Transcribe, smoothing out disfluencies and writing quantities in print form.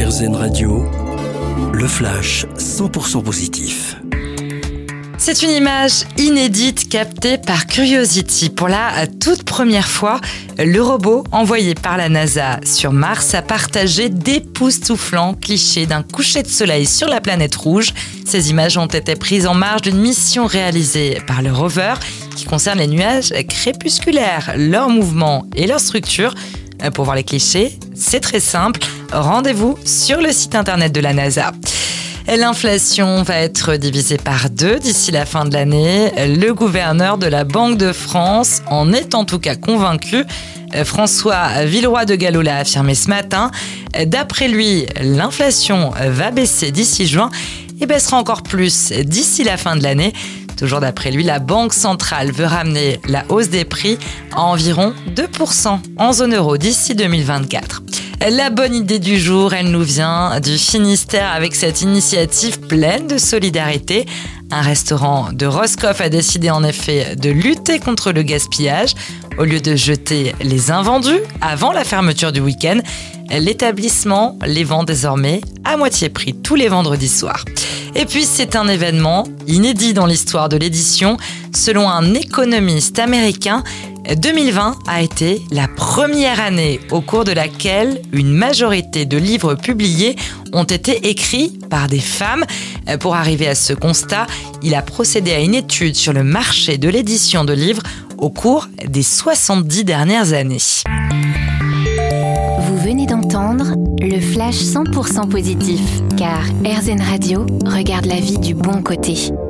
RZN Radio, le flash 100% positif. C'est une image inédite captée par Curiosity. Pour la toute première fois, le robot envoyé par la NASA sur Mars a partagé d'époustouflants clichés d'un coucher de soleil sur la planète rouge. Ces images ont été prises en marge d'une mission réalisée par le rover qui concerne les nuages crépusculaires, leurs mouvements et leur structure. Pour voir les clichés, c'est très simple. Rendez-vous sur le site internet de la NASA. L'inflation va être divisée par 2 d'ici la fin de l'année. Le gouverneur de la Banque de France en est en tout cas convaincu. François Villeroy de Galhau l'a affirmé ce matin. D'après lui, l'inflation va baisser d'ici juin et baissera encore plus d'ici la fin de l'année. Toujours d'après lui, la Banque centrale veut ramener la hausse des prix à environ 2% en zone euro d'ici 2024. La bonne idée du jour, elle nous vient du Finistère avec cette initiative pleine de solidarité. Un restaurant de Roscoff a décidé en effet de lutter contre le gaspillage. Au lieu de jeter les invendus avant la fermeture du week-end, l'établissement les vend désormais à moitié prix tous les vendredis soirs. Et puis c'est un événement inédit dans l'histoire de l'édition. Selon un économiste américain, 2020 a été la première année au cours de laquelle une majorité de livres publiés ont été écrits par des femmes. Pour arriver à ce constat, il a procédé à une étude sur le marché de l'édition de livres au cours des 70 dernières années. Vous venez d'entendre le flash 100% positif, car RZN Radio regarde la vie du bon côté.